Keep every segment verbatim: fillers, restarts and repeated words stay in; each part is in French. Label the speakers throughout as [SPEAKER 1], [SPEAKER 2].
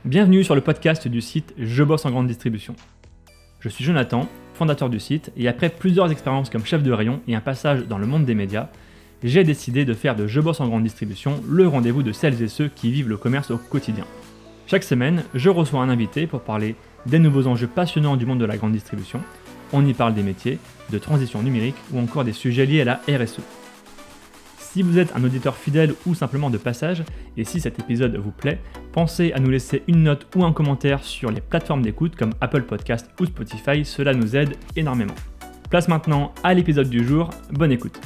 [SPEAKER 1] Bienvenue sur le podcast du site Je bosse en grande distribution. Je suis Jonathan, fondateur du site, et après plusieurs expériences comme chef de rayon et un passage dans le monde des médias, j'ai décidé de faire de Je bosse en grande distribution le rendez-vous de celles et ceux qui vivent le commerce au quotidien. Chaque semaine, je reçois un invité pour parler des nouveaux enjeux passionnants du monde de la grande distribution. On y parle des métiers, de transition numérique ou encore des sujets liés à la R S E. Si vous êtes un auditeur fidèle ou simplement de passage, et si cet épisode vous plaît, pensez à nous laisser une note ou un commentaire sur les plateformes d'écoute comme Apple Podcast ou Spotify, cela nous aide énormément. Place maintenant à l'épisode du jour, bonne écoute.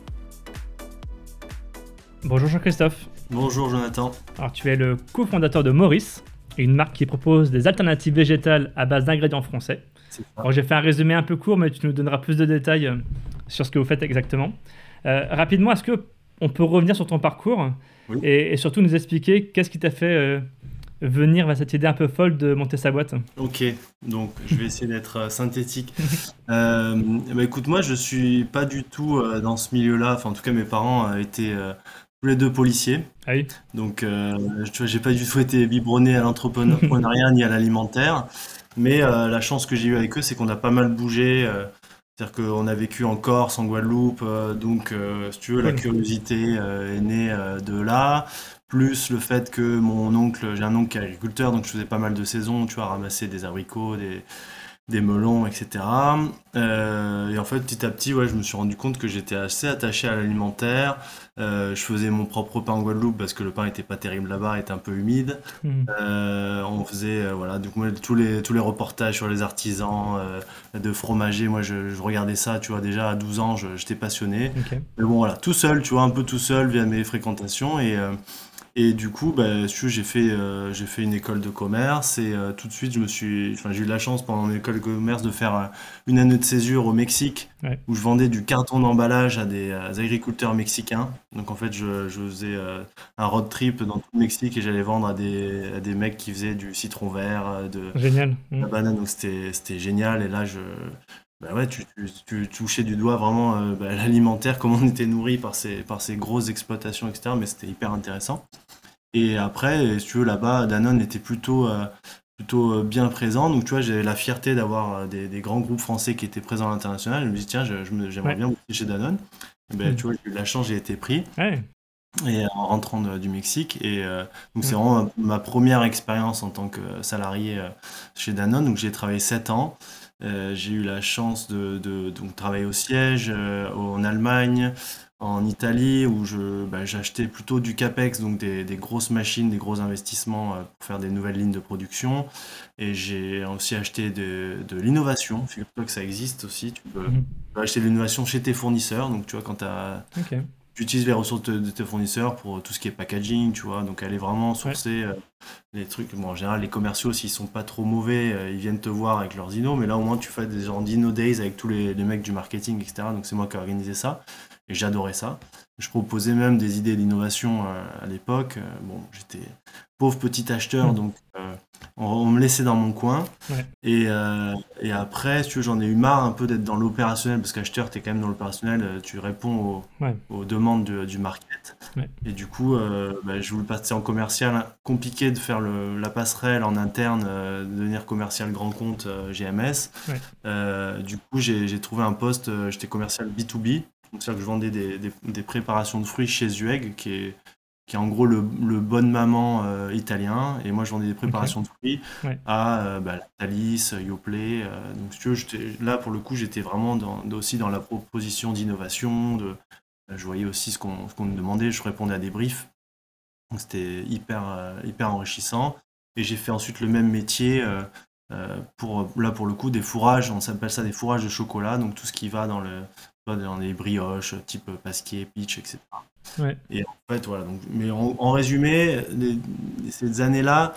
[SPEAKER 1] Bonjour Jean-Christophe.
[SPEAKER 2] Bonjour Jonathan.
[SPEAKER 1] Alors tu es le cofondateur de Maurice, une marque qui propose des alternatives végétales à base d'ingrédients français. Alors j'ai fait un résumé un peu court, mais tu nous donneras plus de détails sur ce que vous faites exactement. Euh, rapidement, est-ce que on peut revenir sur ton parcours oui. et, et surtout nous expliquer qu'est-ce qui t'a fait euh, venir à cette idée un peu folle de monter sa boîte.
[SPEAKER 2] Ok, donc je vais essayer d'être euh, synthétique. euh, bah, écoute, moi je suis pas du tout euh, dans ce milieu-là. Enfin, en tout cas, mes parents euh, étaient euh, tous les deux policiers.
[SPEAKER 1] Ah oui.
[SPEAKER 2] Donc, euh, tu vois, j'ai pas du tout été biberonné à l'entrepreneuriat ni à l'alimentaire. Mais euh, la chance que j'ai eue avec eux, c'est qu'on a pas mal bougé. Euh, C'est-à-dire qu'on a vécu en Corse, en Guadeloupe, euh, donc euh, si tu veux, la curiosité euh, est née euh, de là, plus le fait que mon oncle, j'ai un oncle qui est agriculteur, donc je faisais pas mal de saisons, tu vois, ramasser des abricots, des, des melons, et cetera. Euh, et en fait, petit à petit, ouais, je me suis rendu compte que j'étais assez attaché à l'alimentaire. Euh, je faisais mon propre pain en Guadeloupe parce que le pain était pas terrible là-bas, était un peu humide.
[SPEAKER 1] Mmh.
[SPEAKER 2] Euh, on faisait, euh, voilà, donc moi, tous les, tous les reportages sur les artisans euh, de fromager, moi je, je regardais ça, tu vois, déjà à douze ans, je- j'étais passionné.
[SPEAKER 1] Ok.
[SPEAKER 2] Mais bon, voilà, tout seul, tu vois, un peu tout seul via mes fréquentations. Et, euh, et du coup, bah, si tu veux, j'ai fait, euh, j'ai fait une école de commerce et euh, tout de suite, je me suis, enfin, j'ai eu la chance pendant mon école de commerce de faire euh, une année de césure au Mexique
[SPEAKER 1] Ouais.
[SPEAKER 2] où je vendais du carton d'emballage à des, euh, agriculteurs mexicains. Donc en fait, je, je faisais euh, un road trip dans tout le Mexique et j'allais vendre à des, à des mecs qui faisaient du citron vert, euh, de
[SPEAKER 1] Génial.
[SPEAKER 2] la
[SPEAKER 1] Mmh.
[SPEAKER 2] banane. Donc c'était, c'était génial. Et là, je, bah ouais, tu, tu, tu touchais du doigt vraiment euh, bah, l'alimentaire, comment on était nourri par ces, par ces grosses exploitations, et cetera. Mais c'était hyper intéressant. Et après, si tu veux, là-bas, Danone était plutôt, euh, plutôt euh, bien présent. Donc, tu vois, j'avais la fierté d'avoir euh, des, des grands groupes français qui étaient présents à l'international. Je me dis, tiens, je, je me- j'aimerais
[SPEAKER 1] Ouais.
[SPEAKER 2] bien bosser chez Danone. Et ben,
[SPEAKER 1] Mmh.
[SPEAKER 2] tu vois, j'ai eu de la chance, j'ai été pris
[SPEAKER 1] Ouais.
[SPEAKER 2] et, en rentrant de- du Mexique. Et euh, donc, c'est
[SPEAKER 1] Mmh.
[SPEAKER 2] vraiment ma, ma première expérience en tant que salarié euh, chez Danone. Donc, j'ai travaillé sept ans. Euh, j'ai eu la chance de, de- donc, travailler au siège, euh, en Allemagne, en Italie, où je, bah, j'achetais plutôt du CAPEX, donc des, des grosses machines, des gros investissements euh, pour faire des nouvelles lignes de production. Et j'ai aussi acheté de, de l'innovation. Figure-toi que ça existe aussi. Tu peux, tu
[SPEAKER 1] Mmh.
[SPEAKER 2] peux acheter de l'innovation chez tes fournisseurs. Donc, tu vois, quand t'as-
[SPEAKER 1] Ok.
[SPEAKER 2] tu utilises les ressources de, de tes fournisseurs pour tout ce qui est packaging, tu vois. Donc, aller vraiment
[SPEAKER 1] Ouais.
[SPEAKER 2] sourcer euh, les trucs. Bon, en général, les commerciaux, s'ils sont pas trop mauvais, euh, ils viennent te voir avec leurs innos. Mais là, au moins, tu fais des genres d'inno days avec tous les, les mecs du marketing, et cetera. Donc, c'est moi qui ai organisé ça. Et j'adorais ça. Je proposais même des idées d'innovation euh, à l'époque. Euh, bon, j'étais pauvre petit acheteur,
[SPEAKER 1] Mmh.
[SPEAKER 2] donc euh, on, on me laissait dans mon coin.
[SPEAKER 1] Ouais.
[SPEAKER 2] Et, euh, et après, si tu veux, j'en ai eu marre un peu d'être dans l'opérationnel, parce qu'acheteur, tu es quand même dans l'opérationnel, euh, tu réponds aux,
[SPEAKER 1] Ouais.
[SPEAKER 2] aux demandes du, du market.
[SPEAKER 1] Ouais.
[SPEAKER 2] Et du coup, euh, bah, je voulais passer en commercial. Compliqué de faire le- la passerelle en interne, euh, de devenir commercial grand compte euh, G M S.
[SPEAKER 1] Ouais.
[SPEAKER 2] Euh, du coup, j'ai j'ai trouvé un poste, euh, j'étais commercial B deux B. Donc, c'est-à-dire que je vendais des, des- des préparations de fruits chez Zueg, qui est, qui est en gros le, le bonne maman euh, italien. Et moi, je vendais des
[SPEAKER 1] Ok.
[SPEAKER 2] préparations de fruits
[SPEAKER 1] Ouais.
[SPEAKER 2] à euh, bah, Thalys, Yoplait. Euh, donc, si tu veux, j'étais- là, pour le coup, j'étais vraiment dans, aussi dans la proposition d'innovation. De, euh, je voyais aussi ce qu'on ce qu'on me demandait. Je répondais à des briefs. Donc, c'était hyper, euh, hyper enrichissant. Et j'ai fait ensuite le même métier euh, euh, pour, là, pour le coup, des fourrages. On s'appelle ça des fourrages de chocolat. Donc, tout ce qui va dans, le, dans les brioches, type pasquier, peach, et cetera.
[SPEAKER 1] Ouais.
[SPEAKER 2] Et en fait, voilà. Donc, mais en, en résumé, les- ces années-là,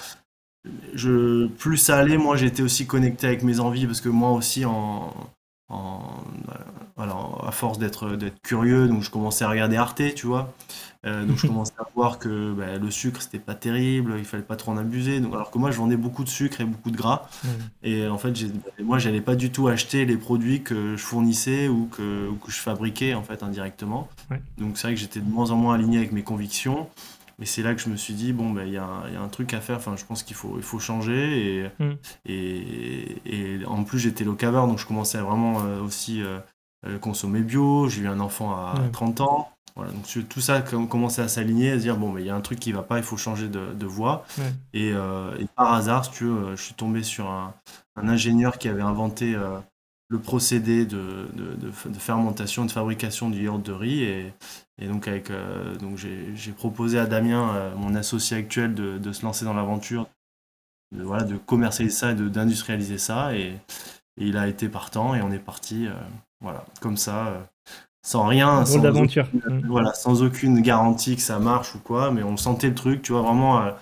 [SPEAKER 2] je, plus ça allait, moi j'étais aussi connecté avec mes envies parce que moi aussi, en, en- voilà, à force d'être d'être curieux, donc je commençais à regarder Arte, tu vois. Euh, donc je commençais à voir que bah, le sucre c'était pas terrible, il fallait pas trop en abuser. Donc, alors que moi je vendais beaucoup de sucre et beaucoup de gras.
[SPEAKER 1] Ouais.
[SPEAKER 2] Et en fait, j'ai- moi j'allais pas du tout acheter les produits que je fournissais ou que, ou que je fabriquais en fait indirectement.
[SPEAKER 1] Ouais.
[SPEAKER 2] Donc c'est vrai que j'étais de moins en moins aligné avec mes convictions. et c'est là que je me suis dit, bon, ben, il y a, un- il y a un truc à faire. Enfin, je pense qu'il faut, il faut changer. Et,
[SPEAKER 1] Mm.
[SPEAKER 2] et, et en plus, j'étais locaveur, donc je commençais à vraiment euh, aussi euh, euh, consommer bio. J'ai eu un enfant à
[SPEAKER 1] Ouais.
[SPEAKER 2] trente ans. Voilà, donc tu- tout ça com- commençait à s'aligner, à se dire, bon, ben, il y a un truc qui va pas, il faut changer de, de voie.
[SPEAKER 1] Ouais.
[SPEAKER 2] Et, euh, et par hasard, si tu veux, euh, je suis tombé sur un, un ingénieur qui avait inventé euh, le procédé de, de, de f- de fermentation et de fabrication du yaourt de riz. Et, et donc, avec, euh, donc j'ai, j'ai proposé à Damien, euh, mon associé actuel, de, de se lancer dans l'aventure, de, voilà, de commercialiser ça et de, d'industrialiser ça. Et, et il a été partant et on est parti, euh, voilà, comme ça, euh, sans rien,
[SPEAKER 1] Drôle
[SPEAKER 2] sans
[SPEAKER 1] d'aventure.
[SPEAKER 2] aucune,
[SPEAKER 1] Mm.
[SPEAKER 2] voilà, sans aucune garantie que ça marche ou quoi, mais on sentait le truc, tu vois, vraiment. euh,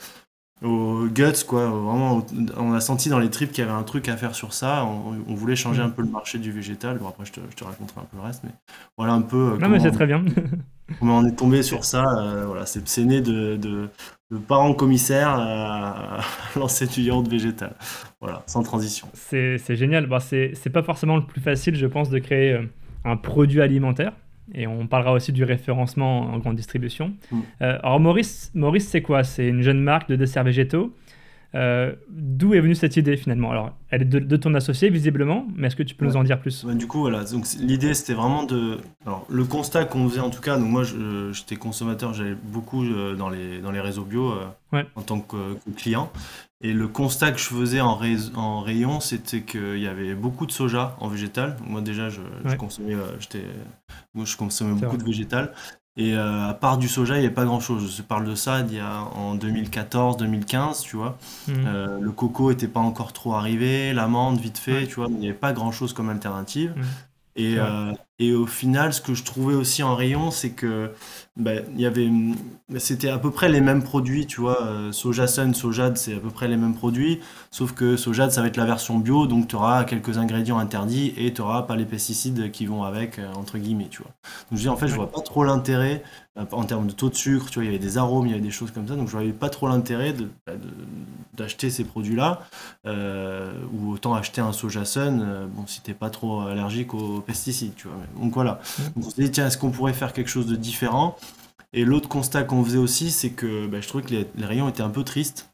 [SPEAKER 2] au guts, quoi. Vraiment, au- on a senti dans les tripes qu'il y avait un truc à faire sur ça. On, on voulait changer
[SPEAKER 1] Mm.
[SPEAKER 2] un peu le marché du végétal. Bon, après, je te, je te raconterai un peu le reste, mais voilà un peu euh,
[SPEAKER 1] Non, mais
[SPEAKER 2] comment
[SPEAKER 1] c'est
[SPEAKER 2] on,
[SPEAKER 1] très bien.
[SPEAKER 2] comment on est tombé sur ça. Euh, voilà, c'est c'est né de, de, de parents commissaires à, à lancer du yaourt végétal. Voilà, sans transition.
[SPEAKER 1] C'est c'est génial. Bah, c'est c'est pas forcément le plus facile, je pense, de créer euh, un produit alimentaire. Et on parlera aussi du référencement en grande distribution.
[SPEAKER 2] Mm.
[SPEAKER 1] Euh, alors, Maurice, Maurice, c'est quoi? C'est une jeune marque de desserts végétaux. Euh, d'où est venue cette idée finalement? Alors, elle est de, de ton associé visiblement, mais est-ce que tu peux
[SPEAKER 2] Ouais.
[SPEAKER 1] nous en dire plus?
[SPEAKER 2] Ouais, du coup, voilà. Donc, c- l'idée, c'était vraiment de. Alors, le constat qu'on faisait, en tout cas, donc moi, je- j'étais consommateur, j'allais beaucoup euh, dans les, dans les réseaux bio euh,
[SPEAKER 1] Ouais.
[SPEAKER 2] en tant que, que client. Et le constat que je faisais en, rais- en rayon, c'était qu'il y avait beaucoup de soja en végétal. Donc, moi, déjà, je, je
[SPEAKER 1] Ouais,
[SPEAKER 2] consommais, euh, j'étais, moi, je consommais
[SPEAKER 1] c'est
[SPEAKER 2] beaucoup
[SPEAKER 1] vrai.
[SPEAKER 2] de végétal. Et euh, à part du soja, il n'y avait pas grand-chose. Je parle de ça d'il y a en deux mille quatorze, deux mille quinze, tu vois.
[SPEAKER 1] Mhm.
[SPEAKER 2] Euh, le coco était pas encore trop arrivé, l'amande vite fait,
[SPEAKER 1] Ouais,
[SPEAKER 2] tu vois, mais il n'y avait pas grand-chose comme alternative.
[SPEAKER 1] ouais,
[SPEAKER 2] Et,
[SPEAKER 1] c'est vrai.
[SPEAKER 2] euh, et au final, ce que je trouvais aussi en rayon, c'est que ben, il y avait, hum, c'était à peu près les mêmes produits, tu vois. Euh, Soja Sun, Sojade, c'est à peu près les mêmes produits, sauf que Sojade, ça va être la version bio, donc tu auras quelques ingrédients interdits et tu n'auras pas les pesticides qui vont avec, euh, entre guillemets, tu vois. Donc je dis, en fait, je
[SPEAKER 1] Ouais.
[SPEAKER 2] vois pas trop l'intérêt euh, en termes de taux de sucre, tu vois, il y avait des arômes, il y avait des choses comme ça, donc je voyais pas trop l'intérêt de, bah, de- d'acheter ces produits-là. Euh, ou autant acheter un soja sun, euh, bon, si t'es pas trop allergique aux pesticides, tu vois. Mais- donc voilà.
[SPEAKER 1] Mhm.
[SPEAKER 2] Donc on s'est dit, tiens, est-ce qu'on pourrait faire quelque chose de différent? Et l'autre constat qu'on faisait aussi, c'est que bah, je trouvais que les, les rayons étaient un peu tristes.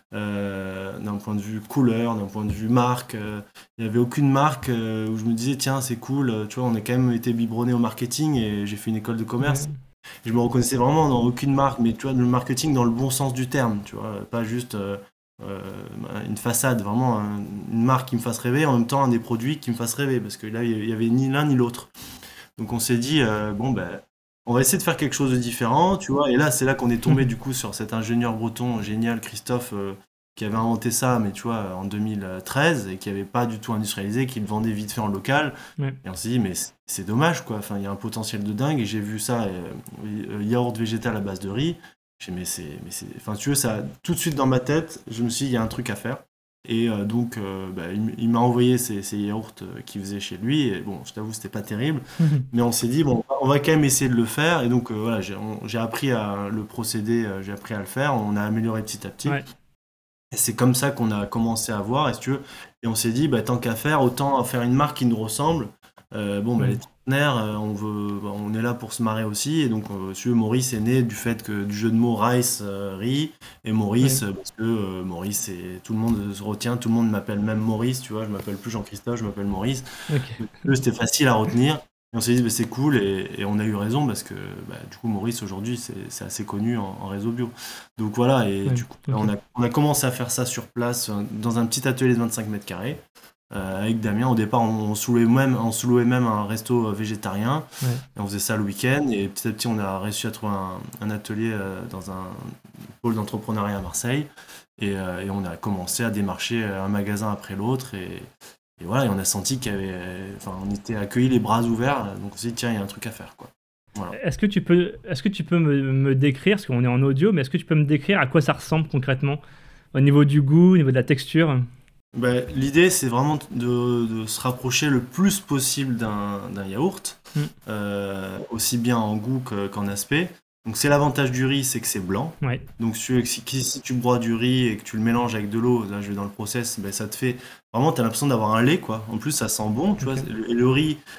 [SPEAKER 2] Euh, d'un point de vue couleur, d'un point de vue marque, euh, il n'y avait aucune marque euh, où je me disais, tiens, c'est cool, euh, tu vois, on a quand même été biberonné au marketing et j'ai fait une école de
[SPEAKER 1] Ouais.
[SPEAKER 2] commerce. Et je me reconnaissais vraiment dans aucune marque, mais tu vois, le marketing dans le bon sens du terme, tu vois, pas juste euh, euh, une façade, vraiment un- une marque qui me fasse rêver, en même temps un des produits qui me fasse rêver, parce que là, il y avait ni l'un ni l'autre. Donc on s'est dit, euh, bon, ben, on va essayer de faire quelque chose de différent, tu vois, et là, c'est là qu'on est tombé du coup sur cet ingénieur breton génial, Christophe, euh, qui avait inventé ça, mais tu vois, en deux mille treize, et qui avait pas du tout industrialisé, qui le vendait vite fait en local.
[SPEAKER 1] Ouais.
[SPEAKER 2] Et on s'est dit, mais c'est c'est dommage, quoi. Enfin, il y a un potentiel de dingue. Et j'ai vu ça, euh, euh, yaourt végétal à base de riz. J'ai dit, mais c'est, mais c'est, enfin, tu veux, ça, tout de suite dans ma tête, je me suis dit, il y a un truc à faire. Et euh, donc, euh, bah, il, m- il m'a envoyé ces, ces yaourts euh, qu'il faisait chez lui. Et bon, je t'avoue, c'était pas terrible.
[SPEAKER 1] Mhm.
[SPEAKER 2] Mais on s'est dit, bon, on va quand même essayer de le faire. Et donc, euh, voilà, j'ai on- j'ai appris à le procéder, euh, j'ai appris à le faire. On a amélioré petit à petit.
[SPEAKER 1] Ouais.
[SPEAKER 2] Et c'est comme ça qu'on a commencé à voir, et si tu veux. Et on s'est dit, bah, tant qu'à faire, autant faire une marque qui nous ressemble. Euh, bon, bah, les
[SPEAKER 1] Mhm.
[SPEAKER 2] trentenaires, euh, on veut, bah, on est là pour se marrer aussi. Et donc, euh, si tu veux, Maurice est né du fait que du jeu de mots Rice, euh, riz, et Maurice,
[SPEAKER 1] Ouais.
[SPEAKER 2] euh, parce que euh, Maurice, c'est, tout le monde se retient, tout le monde m'appelle même Maurice, tu vois. Je m'appelle plus Jean-Christophe, je m'appelle Maurice.
[SPEAKER 1] Ok.
[SPEAKER 2] Donc, si tu veux, c'était facile à retenir. Et on s'est dit, bah, c'est cool, et, et on a eu raison parce que bah, du coup, Maurice aujourd'hui, c'est c'est assez connu en, en réseau bio. Donc voilà, et
[SPEAKER 1] Ouais.
[SPEAKER 2] du coup, là,
[SPEAKER 1] Ok.
[SPEAKER 2] on a, on a commencé à faire ça sur place, euh, dans un petit atelier de vingt-cinq mètres carrés, euh, avec Damien. Au départ, on, on sous-louait même, on sous-louait même un resto euh, végétarien,
[SPEAKER 1] Ouais.
[SPEAKER 2] et on faisait ça le week-end, et petit à petit, on a réussi à trouver un, un atelier euh, dans un pôle d'entrepreneuriat à Marseille, et, euh, et on a commencé à démarcher un magasin après l'autre, et, et voilà, et on a senti qu'il y avait, euh, enfin, on était accueillis les bras ouverts, donc on s'est dit, tiens, il y a un truc à faire, quoi. Voilà.
[SPEAKER 1] Est-ce que tu peux, est-ce que tu peux me, me décrire, parce qu'on est en audio, mais est-ce que tu peux me décrire à quoi ça ressemble concrètement au niveau du goût, au niveau de la texture?
[SPEAKER 2] Ben, l'idée, c'est vraiment de, de se rapprocher le plus possible d'un d'un yaourt,
[SPEAKER 1] Mm.
[SPEAKER 2] euh, aussi bien en goût que- qu'en aspect. Donc c'est l'avantage du riz, c'est que c'est blanc.
[SPEAKER 1] Ouais.
[SPEAKER 2] Donc si, tu- si, si tu broies du riz et que tu le mélanges avec de l'eau, là je vais dans le process, ben, ça te fait vraiment, tu as l'impression d'avoir un lait, quoi. En plus, ça sent bon, tu vois.
[SPEAKER 1] Ok.
[SPEAKER 2] Et le riz,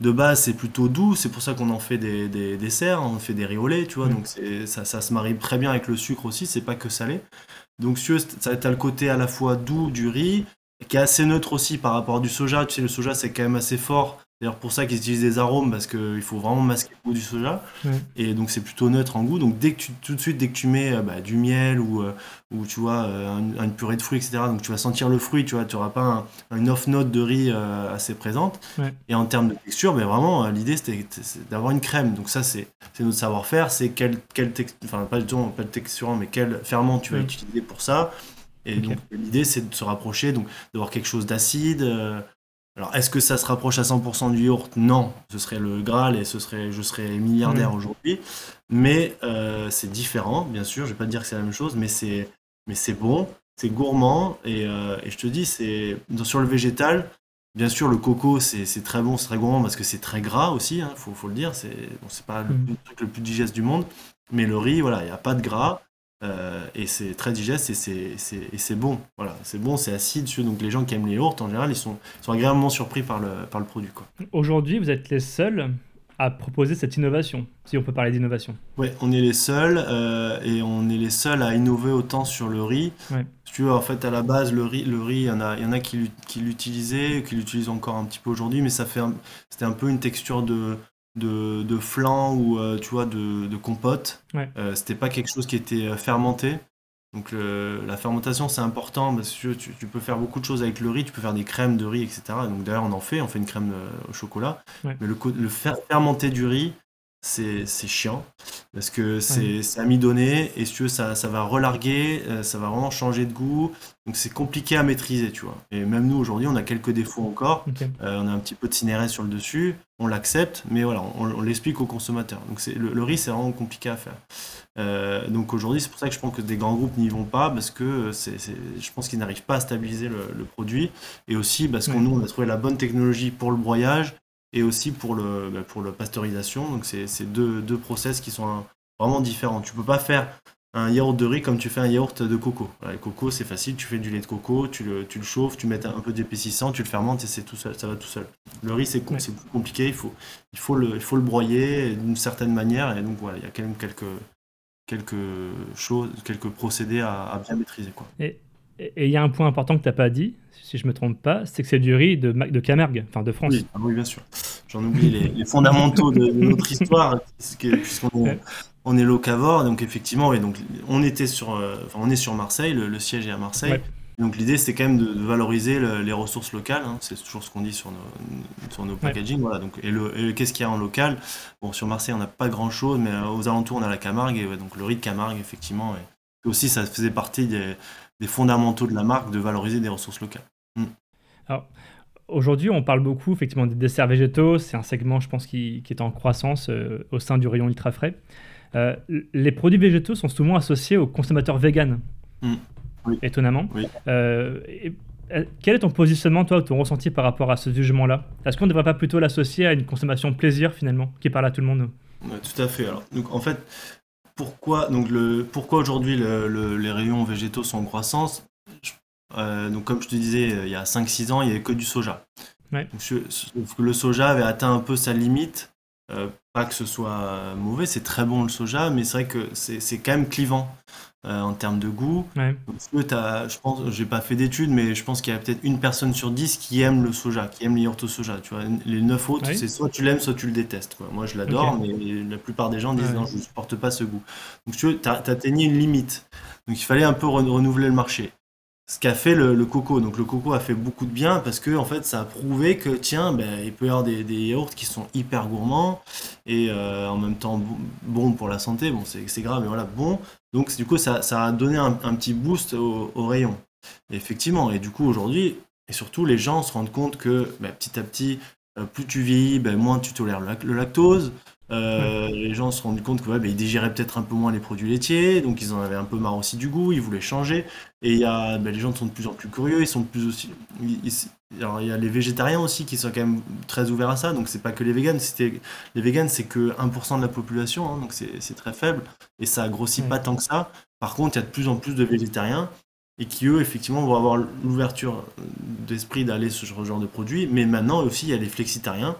[SPEAKER 2] de base, c'est plutôt doux, c'est pour ça qu'on en fait des, des desserts, on fait des riz au lait, tu vois,
[SPEAKER 1] Mm.
[SPEAKER 2] donc c'est, ça, ça se marie très bien avec le sucre aussi, c'est pas que salé. Donc, si tu veux, ça a le côté à la fois doux du riz, qui est assez neutre aussi par rapport du soja. Tu sais, le soja, c'est quand même assez fort. D'ailleurs, pour ça qu'ils utilisent des arômes, parce qu'il faut vraiment masquer le goût du soja.
[SPEAKER 1] Ouais.
[SPEAKER 2] Et donc, c'est plutôt neutre en goût. Donc, dès que tu, tout de suite, dès que tu mets euh, bah, du miel ou, euh, ou tu vois, euh, un- une purée de fruits, et cetera, donc tu vas sentir le fruit, tu vois, tu n'auras pas un- une off-note de riz euh, assez présente.
[SPEAKER 1] Ouais.
[SPEAKER 2] Et en termes de texture, ben vraiment, euh, l'idée, c'était c'est d'avoir une crème. Donc, ça, c'est c'est notre savoir-faire. C'est quel, quel tex- enfin, pas, du tout, pas le texturant, mais quel ferment tu vas
[SPEAKER 1] Mm.
[SPEAKER 2] utiliser pour ça. Et
[SPEAKER 1] Ok.
[SPEAKER 2] donc, l'idée, c'est de se rapprocher, donc d'avoir quelque chose d'acide. euh. Alors, est-ce que ça se rapproche à cent pour cent du yaourt? Non, ce serait le Graal et ce serait, je serais
[SPEAKER 1] Ouais.
[SPEAKER 2] milliardaire aujourd'hui. Mais euh, c'est différent, bien sûr. Je vais pas te dire que c'est la même chose, mais c'est, mais c'est bon, c'est gourmand. Et, euh, et je te dis, c'est dans- sur le végétal. Bien sûr, le coco, c'est c'est très bon, c'est très gourmand parce que c'est très gras aussi, hein, faut, faut le dire. C'est bon, c'est pas le,
[SPEAKER 1] Mm.
[SPEAKER 2] le truc le plus digeste du monde. Mais le riz, voilà, il n'y a pas de gras. Euh, et c'est très digeste et c'est c'est- et c'est bon. Voilà, c'est bon, c'est acide. tu vois, Donc les gens qui aiment les yaourts, en général, ils sont, ils sont agréablement surpris par le, par le produit, quoi.
[SPEAKER 1] Aujourd'hui, vous êtes les seuls à proposer cette innovation, si on peut parler d'innovation.
[SPEAKER 2] Ouais, on est les seuls euh, et on est les seuls à innover autant sur le riz.
[SPEAKER 1] Ouais.
[SPEAKER 2] Si tu veux, en fait, à la base, le riz, le riz, il y en a, il y en a qui, l'ut- qui l'utilisaient, qui l'utilisent encore un petit peu aujourd'hui, mais ça fait, un- c'était un peu une texture de, de, de flan ou euh, tu vois, de, de compote.
[SPEAKER 1] Ouais.
[SPEAKER 2] Euh, c'était pas quelque chose qui était euh, fermenté. Donc le- la fermentation c'est important parce que tu, tu peux faire beaucoup de choses avec le riz, tu peux faire des crèmes de riz, et cetera. Donc d'ailleurs on en fait, on fait une crème euh, au chocolat.
[SPEAKER 1] Ouais.
[SPEAKER 2] Mais le, co- le fer- fermenter du riz, c'est c'est chiant parce que
[SPEAKER 1] Ouais.
[SPEAKER 2] c'est c'est amidonné et si tu veux, ça, ça va relarguer, euh, ça va vraiment changer de goût. Donc c'est compliqué à maîtriser, tu vois. Et même nous aujourd'hui, on a quelques défauts encore.
[SPEAKER 1] Ok.
[SPEAKER 2] Euh, on a un petit peu de cinéré sur le dessus, on l'accepte, mais voilà, on, on l'explique aux consommateurs. Donc c'est le, le riz, c'est vraiment compliqué à faire. Euh, donc aujourd'hui, c'est pour ça que je pense que des grands groupes n'y vont pas parce que c'est, c'est- je pense qu'ils n'arrivent pas à stabiliser le, le produit et aussi parce qu'on
[SPEAKER 1] Ouais.
[SPEAKER 2] nous on a trouvé la bonne technologie pour le broyage et aussi pour le bah, pour la pasteurisation. Donc c'est c'est deux, deux process qui sont hein, vraiment différents. Tu peux pas faire un yaourt de riz comme tu fais un yaourt de coco. Voilà, le coco c'est facile, tu fais du lait de coco, tu le, tu le chauffes, tu mets un peu d'épaississant, tu le fermentes et c'est tout seul, ça va tout seul. Le riz c'est com-
[SPEAKER 1] Ouais.
[SPEAKER 2] c'est plus compliqué, il faut il faut le il faut le broyer d'une certaine manière et donc voilà, il y a quand même quelques quelques choses, quelques procédés à, à bien maîtriser, quoi.
[SPEAKER 1] Et et il y a un point important que tu n'as pas dit, si je me trompe pas, c'est que c'est du riz de, Ma- de Camargue, enfin de France.
[SPEAKER 2] Oui, ah oui, bien sûr. J'en oublie les, les fondamentaux de, de notre histoire, puisque- puisqu'on est,
[SPEAKER 1] Ouais.
[SPEAKER 2] on est locavore. Donc effectivement, oui, donc on était sur, euh, enfin, on est sur Marseille, le, le siège est à Marseille.
[SPEAKER 1] Ouais.
[SPEAKER 2] Donc l'idée, c'était quand même de, de valoriser le- les ressources locales. hein. C'est toujours ce qu'on dit sur nos, sur nos
[SPEAKER 1] Ouais.
[SPEAKER 2] packaging. Voilà. Donc, et le, et qu'est-ce qu'il y a en local? Bon, sur Marseille, on n'a pas grand-chose, mais euh, aux alentours, on a la Camargue. Et ouais, donc le riz de Camargue, effectivement. Et, et aussi, ça faisait partie des, des fondamentaux de la marque de valoriser des ressources locales. Mm.
[SPEAKER 1] Alors, aujourd'hui, on parle beaucoup effectivement des desserts végétaux. C'est un segment, je pense, qui, qui est en croissance euh, au sein du rayon ultra frais. Euh, les produits végétaux sont souvent associés aux consommateurs véganes,
[SPEAKER 2] Mm. Oui,
[SPEAKER 1] étonnamment.
[SPEAKER 2] oui.
[SPEAKER 1] Euh, et- euh, quel est ton positionnement, toi, ou ton ressenti par rapport à ce jugement-là? Est-ce qu'on ne devrait pas plutôt l'associer à une consommation plaisir, finalement, qui parle à tout le monde?
[SPEAKER 2] Ouais, tout à fait. Alors, donc en fait, pourquoi donc le pourquoi aujourd'hui le- le- les rayons végétaux sont en croissance? Je- euh, donc comme je te disais, euh, il y a cinq six ans, il n'y avait que du soja.
[SPEAKER 1] Ouais.
[SPEAKER 2] Donc, je- sauf que le soja avait atteint un peu sa limite. Euh, pas que ce soit mauvais, c'est très bon le soja, mais c'est vrai que c'est c'est quand même clivant euh, en termes de goût.
[SPEAKER 1] Ouais.
[SPEAKER 2] Donc, si tu veux, t'as- je pense, j'ai pas fait d'études, mais je pense qu'il y a peut-être une personne sur dix qui aime le soja, qui aime les yaourts au soja. Tu vois, les neuf autres,
[SPEAKER 1] Oui.
[SPEAKER 2] c'est soit tu l'aimes, soit tu le détestes. quoi. Moi, je l'adore,
[SPEAKER 1] Ok.
[SPEAKER 2] mais la plupart des gens disent
[SPEAKER 1] Ouais.
[SPEAKER 2] non, je ne supporte pas ce goût. Donc, si tu veux, t'as t'as atteigné une limite. Donc, il fallait un peu ren- renouveler le marché. Ce qu'a fait le, le coco. Donc, le coco a fait beaucoup de bien parce que, en fait, ça a prouvé que, tiens, ben, il peut y avoir des, des yaourts qui sont hyper gourmands et euh, en même temps bon, bon pour la santé. Bon, c'est c'est grave, mais voilà, bon. Donc, du coup, ça, ça a donné un, un petit boost au, au rayon. Et effectivement, et du coup, aujourd'hui, et surtout, les gens se rendent compte que ben, petit à petit, euh, plus tu vieillis, ben, moins tu tolères le, lac- le lactose. Euh, les gens se rendent compte que ouais, ben, ils digéraient peut-être un peu moins les produits laitiers, donc ils en avaient un peu marre aussi du goût, ils voulaient changer. Et il y a, ben, les gens sont de plus en plus curieux, ils sont de plus aussi. ils- ils- alors, il y a les végétariens aussi qui sont quand même très ouverts à ça, donc c'est pas que les véganes. C'était, les véganes, c'est que un pour cent de la population, hein, donc c'est c'est très faible et ça grossit
[SPEAKER 1] Ouais.
[SPEAKER 2] pas tant que ça. Par contre, il y a de plus en plus de végétariens et qui, eux, effectivement, vont avoir l'ouverture d'esprit d'aller sur ce genre de produits. Mais maintenant aussi, il y a les flexitariens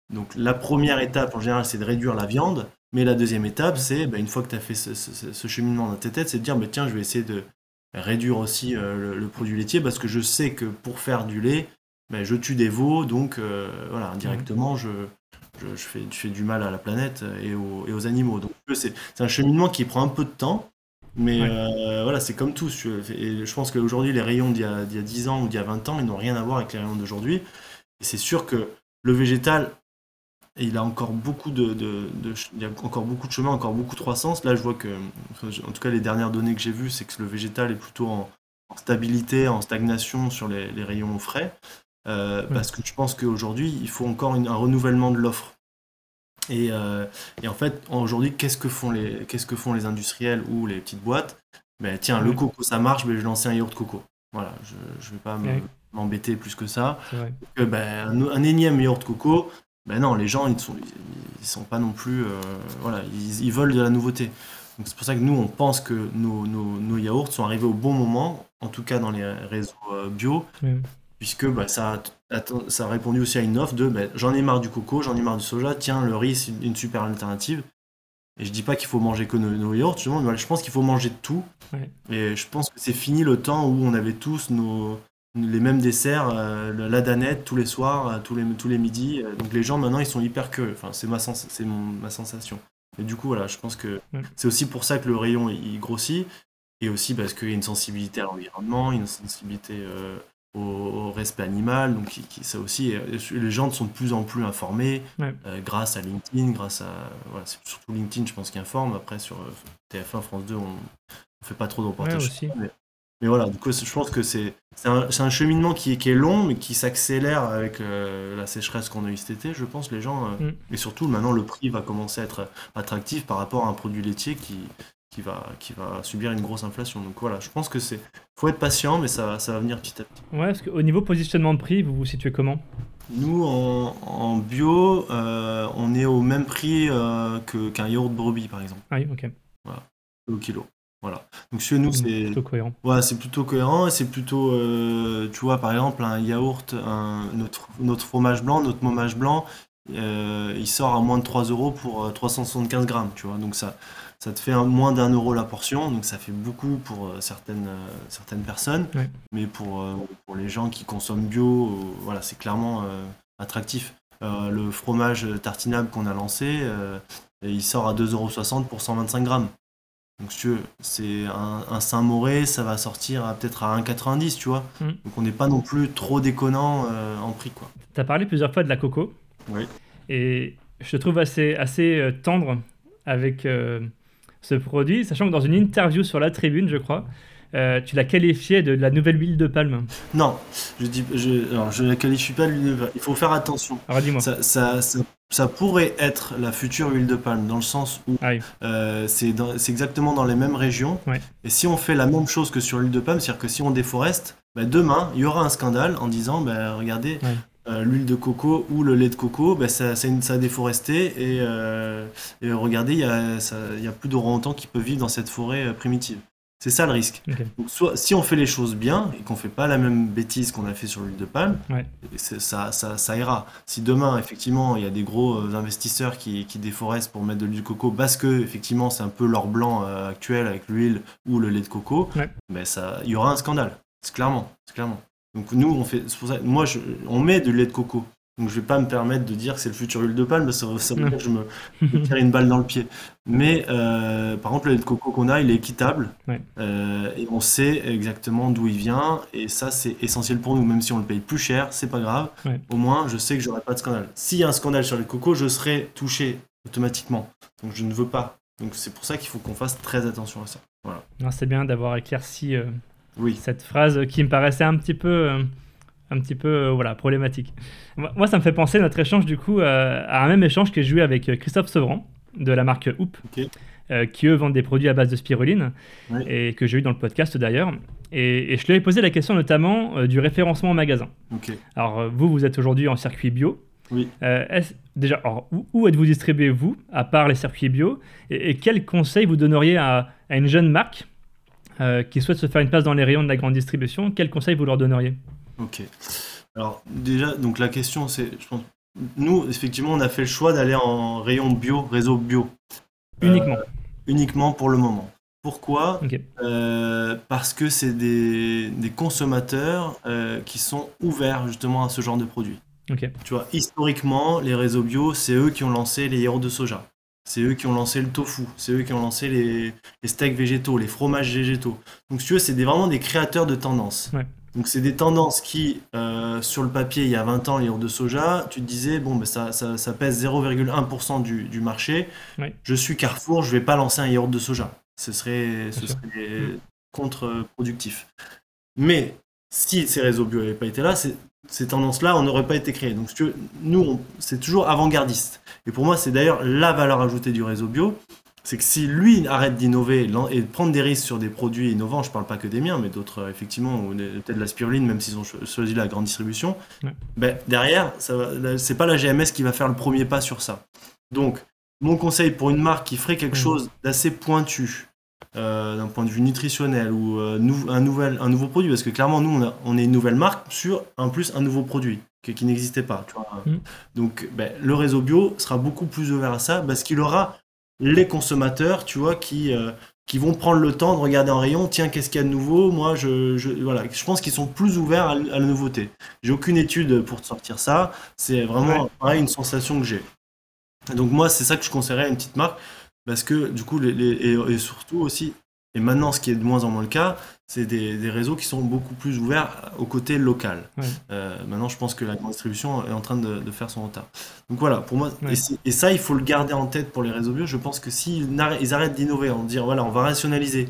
[SPEAKER 2] Donc la première étape en général c'est de réduire la viande, mais la deuxième étape c'est bah, une fois que tu as fait ce, ce- ce cheminement dans tes têtes, c'est de dire bah, tiens je vais essayer de réduire aussi euh, le, le produit laitier parce que je sais que pour faire du lait, bah, je tue des veaux, donc euh, voilà, indirectement je, je, je fais, je fais du mal à la planète et aux, et aux animaux. Donc c'est c'est un cheminement qui prend un peu de temps, mais
[SPEAKER 1] Ouais.
[SPEAKER 2] euh, voilà, c'est comme tout. Je, et je pense qu'aujourd'hui les rayons d'il y a, d'il y a dix ans ou d'il y a vingt ans, ils n'ont rien à voir avec les rayons d'aujourd'hui. Et c'est sûr que le végétal, il a encore beaucoup de, de- de ch- il y a encore beaucoup de chemin, encore beaucoup de croissance. Là, je vois que, enfin, je- en tout cas, les dernières données que j'ai vues, c'est que le végétal est plutôt en, en stabilité, en stagnation sur les, les rayons frais. Euh,
[SPEAKER 1] Ouais.
[SPEAKER 2] parce que je pense qu'aujourd'hui, il faut encore une- un renouvellement de l'offre. Et, euh, et en fait, aujourd'hui, qu'est-ce que font les, qu'est-ce que font les industriels ou les petites boîtes? Ben, tiens, le
[SPEAKER 1] Ouais.
[SPEAKER 2] coco, ça marche, mais je vais lancer un yaourt coco. Voilà, je ne vais pas me-
[SPEAKER 1] Ouais.
[SPEAKER 2] m'embêter plus que ça.
[SPEAKER 1] C'est vrai.
[SPEAKER 2] Que, ben, un, un énième yaourt coco, ben non, les gens, ils sont, ils sont pas non plus, euh, voilà, ils, ils veulent de la nouveauté. Donc c'est pour ça que nous, on pense que nos, nos, nos yaourts sont arrivés au bon moment, en tout cas dans les réseaux euh, bio,
[SPEAKER 1] Ouais.
[SPEAKER 2] puisque bah, ça, a, ça a répondu aussi à une offre de ben, j'en ai marre du coco, j'en ai marre du soja, tiens, le riz, c'est une, une super alternative. Et je dis pas qu'il faut manger que nos, nos yaourts, justement, mais je pense qu'il faut manger de tout.
[SPEAKER 1] Ouais.
[SPEAKER 2] Et je pense que c'est fini le temps où on avait tous nos, les mêmes desserts, euh, le- la danette tous les soirs, euh, tous les, tous les midis. Euh, Donc les gens maintenant ils sont hyper curieux. Enfin, c'est ma, sens- c'est mon- ma sensation. Et du coup, voilà, je pense que
[SPEAKER 1] Ouais.
[SPEAKER 2] c'est aussi pour ça que le rayon il, il grossit. Et aussi parce qu'il y a une sensibilité à l'environnement, une sensibilité euh, au, au respect animal. Donc qui, qui- ça aussi, euh, les gens sont de plus en plus informés
[SPEAKER 1] Ouais.
[SPEAKER 2] euh, grâce à LinkedIn, grâce à. Voilà, c'est surtout LinkedIn, je pense, qui informe. Après, sur euh, T F un, France deux, on ne fait pas trop de
[SPEAKER 1] Ouais,
[SPEAKER 2] reportages sur
[SPEAKER 1] aussi.
[SPEAKER 2] ça. Mais, mais voilà, du coup, je pense que c'est c'est un, c'est un cheminement qui, est- qui est long, mais qui s'accélère avec euh, la sécheresse qu'on a eu cet été. Je pense les gens. euh,
[SPEAKER 1] Mm.
[SPEAKER 2] et surtout, maintenant, le prix va commencer à être attractif par rapport à un produit laitier qui, qui, va, qui va subir une grosse inflation. Donc voilà, je pense que c'est. Faut être patient, mais ça, ça va venir petit à petit.
[SPEAKER 1] Ouais, parce qu'au niveau positionnement de prix, vous vous situez comment?
[SPEAKER 2] Nous, en, en bio, euh, on est au même prix euh, que, qu'un yaourt brebis, par exemple,
[SPEAKER 1] Ah oui, ok.
[SPEAKER 2] au kilo. Voilà. Donc chez nous,
[SPEAKER 1] Mm,
[SPEAKER 2] c'est
[SPEAKER 1] plutôt cohérent.
[SPEAKER 2] ouais, c'est plutôt cohérent et c'est plutôt, euh, tu vois, par exemple, un yaourt, un- notre, notre fromage blanc, notre fromage blanc, euh, il sort à moins de trois euros pour euh, trois cent soixante-quinze grammes, tu vois. Donc ça, ça te fait un- moins d'un euro la portion, donc ça fait beaucoup pour euh, certaines, euh, certaines personnes,
[SPEAKER 1] Ouais.
[SPEAKER 2] mais pour, euh, pour les gens qui consomment bio, euh, voilà, c'est clairement euh, attractif. Euh, le fromage tartinable qu'on a lancé, euh, il sort à deux euros soixante pour cent vingt-cinq grammes. Donc, si tu veux, c'est un, un Saint-Moré, ça va sortir à, peut-être à un euro quatre-vingt-dix, tu vois.
[SPEAKER 1] Mm.
[SPEAKER 2] Donc, on n'est pas non plus trop déconnant euh, en prix, quoi.
[SPEAKER 1] Tu as parlé plusieurs fois de la coco,
[SPEAKER 2] Oui.
[SPEAKER 1] et je te trouve assez, assez euh, tendre avec euh, ce produit, sachant que dans une interview sur La Tribune, je crois, euh, tu l'as qualifié de, de la nouvelle huile de palme.
[SPEAKER 2] Non, je dis, je, alors, je la qualifie pas l'huile de palme. Il faut faire attention.
[SPEAKER 1] Alors dis-moi.
[SPEAKER 2] Ça, ça, ça, ça pourrait être la future huile de palme, dans le sens où
[SPEAKER 1] Ah oui,
[SPEAKER 2] euh, c'est dans- c'est exactement dans les mêmes régions.
[SPEAKER 1] ouais.
[SPEAKER 2] Et si on fait la même chose que sur l'huile de palme, c'est-à-dire que si on déforeste, bah, demain, il y aura un scandale en disant, bah, regardez,
[SPEAKER 1] Ouais.
[SPEAKER 2] euh, l'huile de coco ou le lait de coco, bah, ça, ça, ça a déforesté et, euh, et regardez, il y a, ça- il y a plus d'orang-outans qui peuvent vivre dans cette forêt euh, primitive. C'est ça le risque.
[SPEAKER 1] Ok.
[SPEAKER 2] Donc, soit, si on fait les choses bien et qu'on fait pas la même bêtise qu'on a fait sur l'huile de palme,
[SPEAKER 1] Ouais.
[SPEAKER 2] c'est- ça, ça, ça ira. Si demain, effectivement, il y a des gros euh, investisseurs qui, qui déforestent pour mettre de l'huile de coco parce que, effectivement, c'est un peu l'or blanc euh, actuel avec l'huile ou le lait de coco,
[SPEAKER 1] Ouais.
[SPEAKER 2] ben ça, il y aura un scandale. C'est clairement, c'est clairement. Donc nous, on fait, c'est pour ça, moi, je, on met du lait de coco. Donc je vais pas me permettre de dire que c'est le futur huile de palme, parce que ça, ça veut
[SPEAKER 1] Non.
[SPEAKER 2] dire que je me, me tire une balle dans le pied. Mais euh, par contre, le lait de coco qu'on a, il est équitable.
[SPEAKER 1] Ouais.
[SPEAKER 2] Euh, et on sait exactement d'où il vient. Et ça, c'est essentiel pour nous. Même si on le paye plus cher, c'est pas grave.
[SPEAKER 1] Ouais.
[SPEAKER 2] Au moins, je sais que j'aurai pas de scandale. S'il y a un scandale sur le coco, je serai touché automatiquement. Donc je ne veux pas. Donc c'est pour ça qu'il faut qu'on fasse très attention à ça. Voilà.
[SPEAKER 1] Non, c'est bien d'avoir éclairci euh,
[SPEAKER 2] Oui.
[SPEAKER 1] cette phrase qui me paraissait un petit peu, euh, un petit peu euh, voilà, problématique. Moi, moi, ça me fait penser notre échange du coup euh, à un même échange que j'ai eu avec euh, Christophe Sevran de la marque Hoop,
[SPEAKER 2] Ok.
[SPEAKER 1] euh, qui eux vendent des produits à base de spiruline
[SPEAKER 2] Oui.
[SPEAKER 1] et que j'ai eu dans le podcast d'ailleurs. Et, et je lui avais posé la question notamment euh, du référencement en magasin.
[SPEAKER 2] Ok.
[SPEAKER 1] Alors euh, vous, vous êtes aujourd'hui en circuit bio.
[SPEAKER 2] Oui.
[SPEAKER 1] Euh, est-ce- déjà, alors, où, où êtes-vous distribué, vous, à part les circuits bio, et, et quels conseils vous donneriez à, à une jeune marque euh, qui souhaite se faire une place dans les rayons de la grande distribution? Quels conseils vous leur donneriez?
[SPEAKER 2] Ok. Alors déjà, donc la question, c'est, je pense, nous, effectivement, on a fait le choix d'aller en rayon bio, réseau bio, euh,
[SPEAKER 1] Uniquement.
[SPEAKER 2] uniquement pour le moment. Pourquoi?
[SPEAKER 1] Ok.
[SPEAKER 2] Euh, parce que c'est des, des consommateurs euh, qui sont ouverts justement à ce genre de produits.
[SPEAKER 1] Ok.
[SPEAKER 2] Tu vois, historiquement, les réseaux bio, c'est eux qui ont lancé les yaourts de soja. C'est eux qui ont lancé le tofu. C'est eux qui ont lancé les, les steaks végétaux, les fromages végétaux. Donc, si tu veux, c'est des- vraiment des créateurs de tendances.
[SPEAKER 1] Ouais.
[SPEAKER 2] Donc, c'est des tendances qui, euh, sur le papier, il y a vingt ans, les yaourts de soja, tu te disais, bon, ben, ça, ça, ça pèse zéro virgule un pour cent du, du marché.
[SPEAKER 1] Ouais.
[SPEAKER 2] Je suis Carrefour, je vais pas lancer un yaourt de soja. Ce serait,
[SPEAKER 1] Bien
[SPEAKER 2] ce
[SPEAKER 1] sûr.
[SPEAKER 2] serait
[SPEAKER 1] Mm.
[SPEAKER 2] contre-productif. Mais si ces réseaux bio n'avaient pas été là, ces, ces tendances-là, on n'aurait pas été créées. Donc, si tu veux, nous, on- c'est toujours avant-gardiste. Et pour moi, c'est d'ailleurs la valeur ajoutée du réseau bio. C'est que si lui arrête d'innover lan- et de prendre des risques sur des produits innovants, je parle pas que des miens, mais d'autres, euh, effectivement, ou des- peut-être de la spiruline, même s'ils ont cho- choisi la grande distribution,
[SPEAKER 1] Ouais.
[SPEAKER 2] ben, derrière, ça va, là, c'est pas la G M S qui va faire le premier pas sur ça. Donc, mon conseil pour une marque qui ferait quelque
[SPEAKER 1] Mm.
[SPEAKER 2] chose d'assez pointu, euh, d'un point de vue nutritionnel ou euh, nou- un, nouvel, un nouveau produit, parce que clairement, nous, on, a- on est une nouvelle marque sur, en plus, un nouveau produit que- qui n'existait pas. Tu vois.
[SPEAKER 1] Mm.
[SPEAKER 2] Donc, ben, le réseau bio sera beaucoup plus ouvert à ça, parce qu'il aura les consommateurs, tu vois, qui, euh, qui vont prendre le temps de regarder en rayon, tiens, qu'est-ce qu'il y a de nouveau? Moi, je, je, voilà, je pense qu'ils sont plus ouverts à, l- à la nouveauté. J'ai aucune étude pour te sortir ça, c'est
[SPEAKER 1] Ouais.
[SPEAKER 2] vraiment pareil, une sensation que j'ai. Et donc moi, c'est ça que je conseillerais à une petite marque, parce que du coup, les, les- et, et surtout aussi, et maintenant ce qui est de moins en moins le cas, c'est des, des réseaux qui sont beaucoup plus ouverts au côté local.
[SPEAKER 1] Ouais.
[SPEAKER 2] Euh, maintenant, je pense que la grande distribution est en train de, de faire son retard. Donc voilà, pour moi, et,
[SPEAKER 1] Ouais.
[SPEAKER 2] c'est- et ça, il faut le garder en tête pour les réseaux bio. Je pense que s'ils n'arrêtent- ils arrêtent d'innover, en dire, voilà, on va rationaliser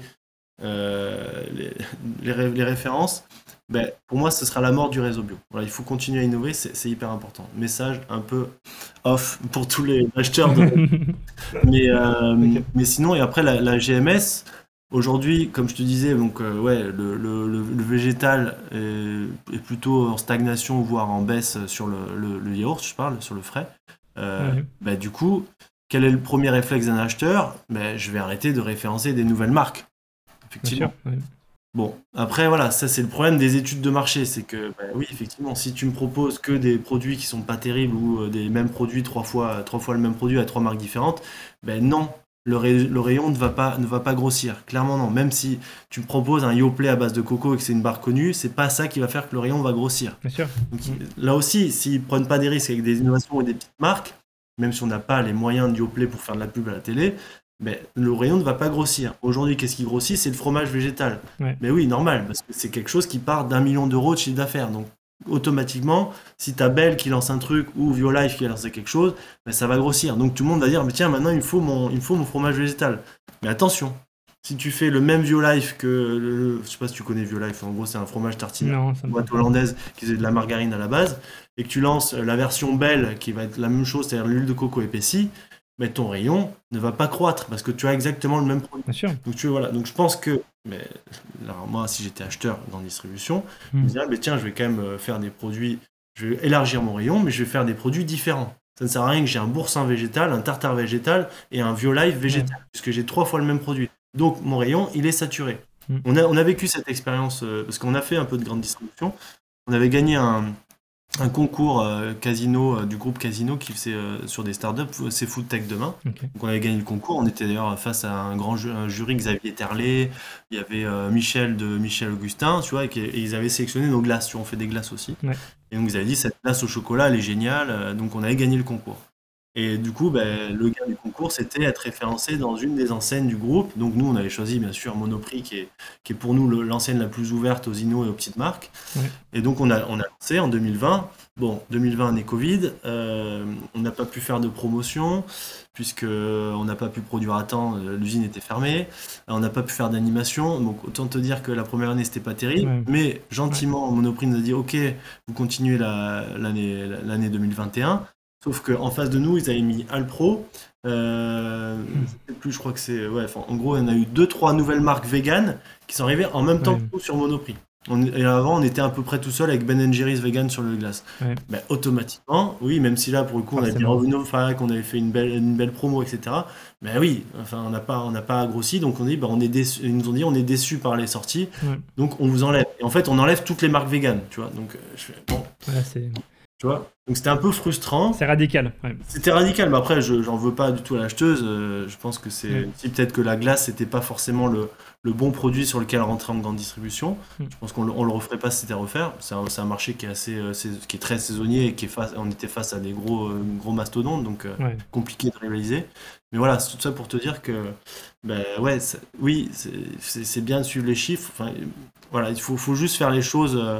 [SPEAKER 2] euh, les, les ré- les références, ben, pour moi, ce sera la mort du réseau bio. Voilà, il faut continuer à innover, c'est c'est hyper important. Message un peu off pour tous les acheteurs de. Mais, euh,
[SPEAKER 1] Ok.
[SPEAKER 2] mais sinon, et après, la, la G M S, aujourd'hui, comme je te disais, donc, euh, ouais, le, le- le- le végétal est, est plutôt en stagnation, voire en baisse sur le, le- le yaourt, je parle, sur le frais. Euh,
[SPEAKER 1] Ouais.
[SPEAKER 2] bah, du coup, quel est le premier réflexe d'un acheteur? Ben, je vais arrêter de référencer des nouvelles marques,
[SPEAKER 1] Bien sûr.
[SPEAKER 2] effectivement.
[SPEAKER 1] Ouais.
[SPEAKER 2] Bon, après, voilà, ça c'est le problème des études de marché, c'est que, bah, oui, effectivement, si tu me proposes que des produits qui sont pas terribles ou euh, des mêmes produits, trois fois, trois fois le même produit à trois marques différentes, ben non, le, ray- le rayon ne va pas, ne va pas grossir. Clairement, non. Même si tu me proposes un Yoplait à base de coco et que c'est une barre connue, c'est pas ça qui va faire que le rayon va grossir.
[SPEAKER 1] Bien sûr.
[SPEAKER 2] Donc,
[SPEAKER 1] Mm.
[SPEAKER 2] là aussi, s'ils prennent pas des risques avec des innovations et des petites marques, même si on n'a pas les moyens de Yoplait pour faire de la pub à la télé, ben, le rayon ne va pas grossir. Aujourd'hui, qu'est-ce qui grossit? C'est le fromage végétal.
[SPEAKER 1] Ouais.
[SPEAKER 2] Mais oui, normal, parce que c'est quelque chose qui part d'un million d'euros de chiffre d'affaires. Donc, automatiquement, si t'as Belle qui lance un truc ou Violife qui a lancé quelque chose, ben, ça va grossir. Donc, tout le monde va dire, mais tiens, maintenant, il me faut mon, il me faut mon fromage végétal. Mais attention, si tu fais le même Violife que, le, je sais pas si tu connais Violife, en gros, c'est un fromage tartine
[SPEAKER 1] Non, ça me parle
[SPEAKER 2] boîte
[SPEAKER 1] pas.
[SPEAKER 2] hollandaise qui faisait de la margarine à la base, et que tu lances la version Belle qui va être la même chose, c'est-à-dire l'huile de coco épaissie, mais ton rayon ne va pas croître parce que tu as exactement le même produit.
[SPEAKER 1] Bien sûr.
[SPEAKER 2] Donc tu voilà, donc je pense que, mais alors moi si j'étais acheteur dans la distribution, je me
[SPEAKER 1] Mm.
[SPEAKER 2] dirais mais tiens je vais quand même euh, faire des produits, je vais élargir mon rayon, mais je vais faire des produits différents. Ça ne sert à rien que j'ai un boursin végétal, un tartare végétal et un Violife
[SPEAKER 1] Ouais.
[SPEAKER 2] végétal, puisque j'ai trois fois le même produit. Donc mon rayon il est saturé.
[SPEAKER 1] Mm.
[SPEAKER 2] On a, on a vécu cette expérience euh, parce qu'on a fait un peu de grande distribution. On avait gagné un, un concours euh, Casino euh, du groupe Casino qui faisait euh, sur des startups, euh, c'est Food Tech demain.
[SPEAKER 1] Ok.
[SPEAKER 2] Donc on avait gagné le concours. On était d'ailleurs face à un grand ju- un jury, Xavier Terlet, il y avait euh, Michel de Michel Augustin, tu vois, et, qui- et ils avaient sélectionné nos glaces. Tu vois, on fait des glaces aussi.
[SPEAKER 1] Ouais.
[SPEAKER 2] Et donc ils avaient dit cette glace au chocolat, elle est géniale. euh, Donc on avait gagné le concours. Et du coup, ben, le gain du concours, c'était être référencé dans une des enseignes du groupe. Donc nous, on avait choisi bien sûr Monoprix, qui est, qui est pour nous le- l'enseigne la plus ouverte aux innos et aux petites marques.
[SPEAKER 1] Ouais.
[SPEAKER 2] Et donc on a, on a lancé en deux mille vingt. Bon, deux mille vingt, année Covid. euh, on n'a pas pu faire de promotion, puisque on n'a pas pu produire à temps, euh, l'usine était fermée. On n'a pas pu faire d'animation. Donc autant te dire que la première année, c'était pas terrible.
[SPEAKER 1] Ouais.
[SPEAKER 2] Mais
[SPEAKER 1] Ouais.
[SPEAKER 2] gentiment, Monoprix nous a dit, OK, vous continuez la- l'année l'année deux mille vingt et un. Sauf qu'en face de nous, ils avaient mis Alpro. Euh,
[SPEAKER 1] Mm.
[SPEAKER 2] je sais plus, je crois que c'est. Ouais, enfin, en gros, on a eu deux, trois nouvelles marques véganes qui sont arrivées en même temps
[SPEAKER 1] Ouais.
[SPEAKER 2] que nous sur Monoprix. On, et avant, on était à peu près tout seul avec Ben Jerry's vegan sur le glace.
[SPEAKER 1] Ouais.
[SPEAKER 2] Ben, automatiquement, oui, même si là, pour le coup, on a été
[SPEAKER 1] Forcément.
[SPEAKER 2] revenu au fac, on avait fait une belle, une belle promo, et cetera. Ben oui, enfin, on n'a pas, on n'a pas grossi, donc on dit, ben, on est déçu, ils nous ont dit, on est déçus par les sorties,
[SPEAKER 1] Ouais.
[SPEAKER 2] donc on vous enlève. Et en fait, on enlève toutes les marques véganes, tu vois. Donc, euh, je fais, bon,
[SPEAKER 1] Voilà, c'est
[SPEAKER 2] tu vois. Donc c'était un peu frustrant.
[SPEAKER 1] C'est radical. Ouais.
[SPEAKER 2] C'était radical, mais après, je j'en veux pas du tout à l'acheteuse. euh, je pense que c'est
[SPEAKER 1] Ouais.
[SPEAKER 2] aussi peut-être que la glace, c'était pas forcément le, le bon produit sur lequel rentrer en grande distribution.
[SPEAKER 1] Mm.
[SPEAKER 2] Je pense qu'on le, on le referait pas si c'était à refaire. C'est un, c'est un marché qui est assez, euh, sais- qui est très saisonnier et qui est face, on était face à des gros, euh, gros mastodontes, donc euh,
[SPEAKER 1] Ouais.
[SPEAKER 2] compliqué de rivaliser. Mais voilà, c'est tout ça pour te dire que, ben ouais, ça- oui, c'est c'est- c'est bien de suivre les chiffres. Enfin, voilà, il faut, faut juste faire les choses. euh,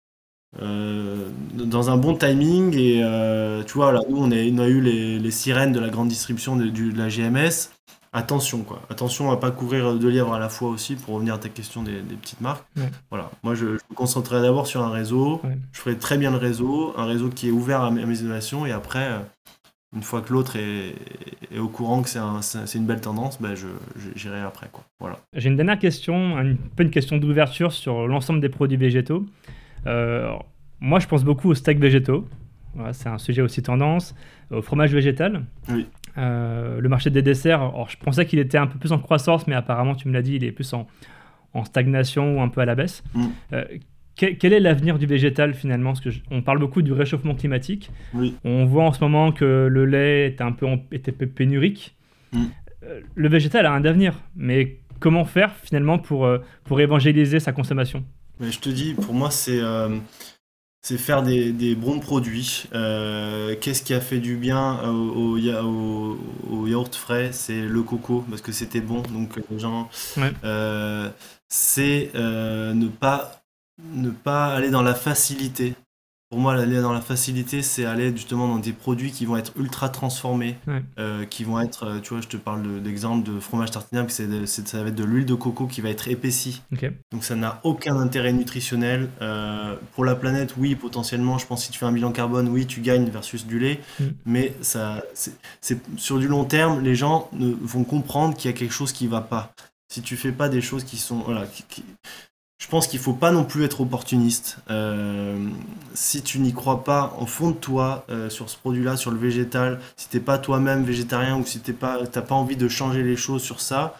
[SPEAKER 2] euh, dans un bon timing et euh, tu vois là nous on, est, on a eu les, les sirènes de la grande distribution de, du- de la G M S. Attention quoi, attention à pas couvrir deux lièvres à la fois aussi pour revenir à ta question des, des petites marques.
[SPEAKER 1] Ouais.
[SPEAKER 2] Voilà, moi je, je me concentrerai d'abord sur un réseau,
[SPEAKER 1] Ouais.
[SPEAKER 2] je ferai très bien le réseau, un réseau qui est ouvert à mes, à mes innovations et après euh, une fois que l'autre est, est au courant que c'est un- c'est c'est une belle tendance, ben je, je- j'irai après quoi. Voilà.
[SPEAKER 1] J'ai une dernière question, un peu une question d'ouverture sur l'ensemble des produits végétaux. Euh, moi, je pense beaucoup aux steaks végétaux. Voilà, c'est un sujet aussi tendance. Au fromage végétal.
[SPEAKER 2] Oui.
[SPEAKER 1] Euh, le marché des desserts, alors, je pensais qu'il était un peu plus en croissance, mais apparemment, tu me l'as dit, il est plus en, en stagnation ou un peu à la baisse.
[SPEAKER 2] Mm.
[SPEAKER 1] Euh, quel, quel est l'avenir du végétal finalement? Parce que je- on parle beaucoup du réchauffement climatique.
[SPEAKER 2] Oui.
[SPEAKER 1] On voit en ce moment que le lait est un peu, en- était peu pénurique.
[SPEAKER 2] Mm.
[SPEAKER 1] Euh, le végétal a un avenir, mais comment faire finalement pour, euh, pour évangéliser sa consommation?
[SPEAKER 2] Mais je te dis, pour moi, c'est euh, c'est faire des, des bons produits. Euh, qu'est-ce qui a fait du bien au, au, ya- au- au yaourt frais? C'est le coco, parce que c'était bon. Donc, euh, les gens,
[SPEAKER 1] Ouais.
[SPEAKER 2] euh, c'est euh, ne pas, ne pas aller dans la facilité. Pour moi, aller dans la facilité, c'est aller justement dans des produits qui vont être ultra transformés,
[SPEAKER 1] Ouais.
[SPEAKER 2] euh, qui vont être, euh, tu vois, je te parle de- d'exemple de fromage tartinable, c'est de- c'est- ça va être de l'huile de coco qui va être épaissie.
[SPEAKER 1] Ok.
[SPEAKER 2] Donc ça n'a aucun intérêt nutritionnel. Euh, pour la planète, oui, potentiellement, je pense que si tu fais un bilan carbone, oui, tu gagnes versus du lait.
[SPEAKER 1] Mm.
[SPEAKER 2] Mais ça, c'est, c'est- sur du long terme, les gens ne, vont comprendre qu'il y a quelque chose qui va pas. Si tu fais pas des choses qui sont... Voilà, qui- qui- je pense qu'il faut pas non plus être opportuniste. Euh, si tu n'y crois pas en fond de toi euh, sur ce produit-là, sur le végétal, si t'es pas toi-même végétarien ou si t'es pas, t'as pas envie de changer les choses sur ça,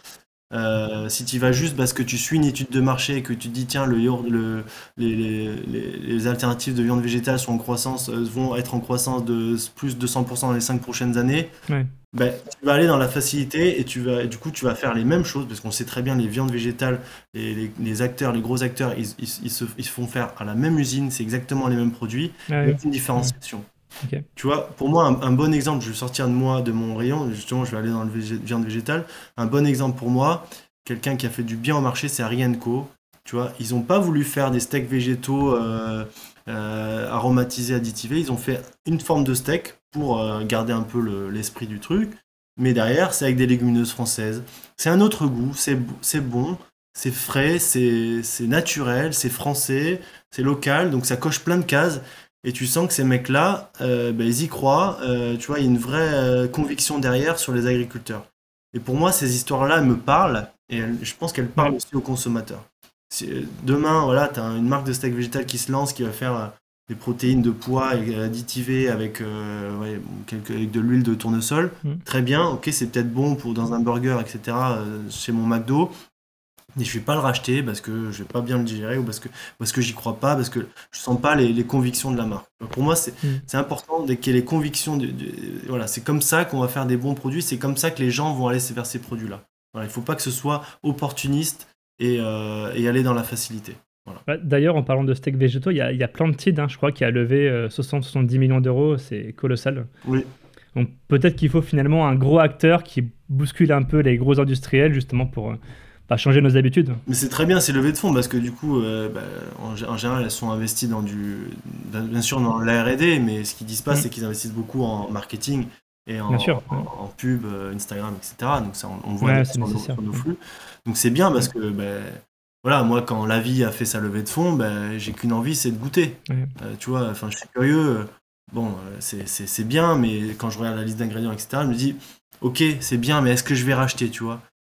[SPEAKER 2] euh, si tu vas juste parce que tu suis une étude de marché et que tu te dis tiens le yaourt, le, les, les, les- les alternatives de viande végétale sont en croissance, euh, vont être en croissance de plus de cent pour cent dans les cinq prochaines années,
[SPEAKER 1] Ouais.
[SPEAKER 2] ben, tu vas aller dans la facilité et tu vas, et du coup tu vas faire les mêmes choses parce qu'on sait très bien les viandes végétales, les, les, les acteurs, les gros acteurs, ils, ils, ils se, ils se font faire à la même usine, c'est exactement les mêmes produits, il
[SPEAKER 1] Ouais.
[SPEAKER 2] n'y a aucune différenciation.
[SPEAKER 1] Ok.
[SPEAKER 2] Tu vois, pour moi, un, un bon exemple, je vais sortir de moi, de mon rayon, justement, je vais aller dans le végé- viande végétale. Un bon exemple pour moi, quelqu'un qui a fait du bien au marché, c'est Harry and Co. Tu vois, ils n'ont pas voulu faire des steaks végétaux euh, euh, aromatisés, additivés. Ils ont fait une forme de steak pour euh, garder un peu le- l'esprit du truc. Mais derrière, c'est avec des légumineuses françaises. C'est un autre goût, c'est bo- c'est bon, c'est frais, c'est c'est naturel, c'est français, c'est local, donc ça coche plein de cases. Et tu sens que ces mecs-là, euh, ben, ils y croient. Euh, tu vois, il y a une vraie euh, conviction derrière sur les agriculteurs. Et pour moi, ces histoires-là, elles me parlent. Et elles- je pense qu'elles parlent
[SPEAKER 1] Ouais.
[SPEAKER 2] aussi aux consommateurs. Si, euh, demain, voilà, tu as une marque de steak végétal qui se lance, qui va faire euh, des protéines de pois et, euh, additivées avec, euh, ouais, bon, quelques- avec de l'huile de tournesol.
[SPEAKER 1] Mm.
[SPEAKER 2] Très bien, ok, c'est peut-être bon pour dans un burger, et cetera, euh, chez mon McDo. Et je vais pas le racheter parce que je vais pas bien le digérer ou parce que, parce que j'y crois pas, parce que je sens pas les, les convictions de la marque. Pour moi, c'est
[SPEAKER 1] Mm.
[SPEAKER 2] c'est important dès qu'il y ait les convictions. De, de- voilà, c'est comme ça qu'on va faire des bons produits, c'est comme ça que les gens vont aller vers ces produits-là. Voilà, il faut pas que ce soit opportuniste et, euh, et aller dans la facilité. Voilà.
[SPEAKER 1] Bah, d'ailleurs, en parlant de steaks végétaux, il y a, il y a Plantid, hein, je crois, qui a levé euh, soixante à soixante-dix millions d'euros. C'est colossal.
[SPEAKER 2] Oui,
[SPEAKER 1] Donc peut-être qu'il faut finalement un gros acteur qui bouscule un peu les gros industriels justement pour euh, bah, changer nos habitudes.
[SPEAKER 2] mais c'est très bien ces levées de fonds parce que du coup, euh, bah, en, gé- en général, elles sont investies dans du, dans- bien sûr dans la R et D, mais ce qu'ils disent pas,
[SPEAKER 1] Mm.
[SPEAKER 2] c'est qu'ils investissent beaucoup en marketing et en,
[SPEAKER 1] Bien sûr,
[SPEAKER 2] en-
[SPEAKER 1] ouais.
[SPEAKER 2] en pub, euh, Instagram, et cetera. Donc ça, on, on le voit
[SPEAKER 1] Ouais,
[SPEAKER 2] déjà
[SPEAKER 1] c'est
[SPEAKER 2] sur nos,
[SPEAKER 1] nécessaire.
[SPEAKER 2] sur nos
[SPEAKER 1] Mm.
[SPEAKER 2] flux. Donc c'est bien parce que, ben, voilà, moi quand La Vie a fait sa levée de fonds, ben, j'ai qu'une envie, c'est de goûter.
[SPEAKER 1] Ouais.
[SPEAKER 2] Euh, tu vois, enfin, je suis curieux. Bon, euh, c'est c'est- c'est bien, mais quand je regarde la liste d'ingrédients, et cetera, je me dis, ok, c'est bien, mais est-ce que je vais racheter, tu vois?